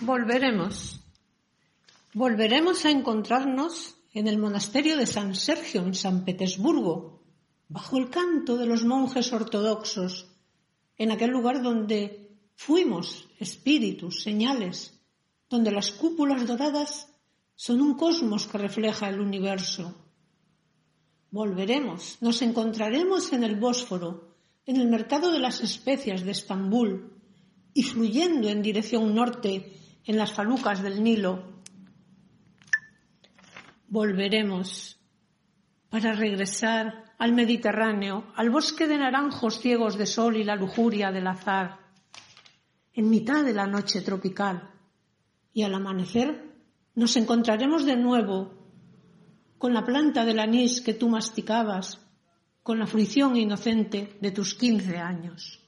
Volveremos. Volveremos a encontrarnos en el monasterio de San Sergio, en San Petersburgo, bajo el canto de los monjes ortodoxos, en aquel lugar donde fuimos espíritus, señales, donde las cúpulas doradas son un cosmos que refleja el universo. Volveremos, nos encontraremos en el Bósforo, en el mercado de las especias de Estambul y fluyendo en dirección norte en las falucas del Nilo. Volveremos para regresar al Mediterráneo, al bosque de naranjos ciegos de sol y la lujuria del azar, en mitad de la noche tropical. Y al amanecer nos encontraremos de nuevo con la planta del anís que tú masticabas, con la fruición inocente de tus 15 años.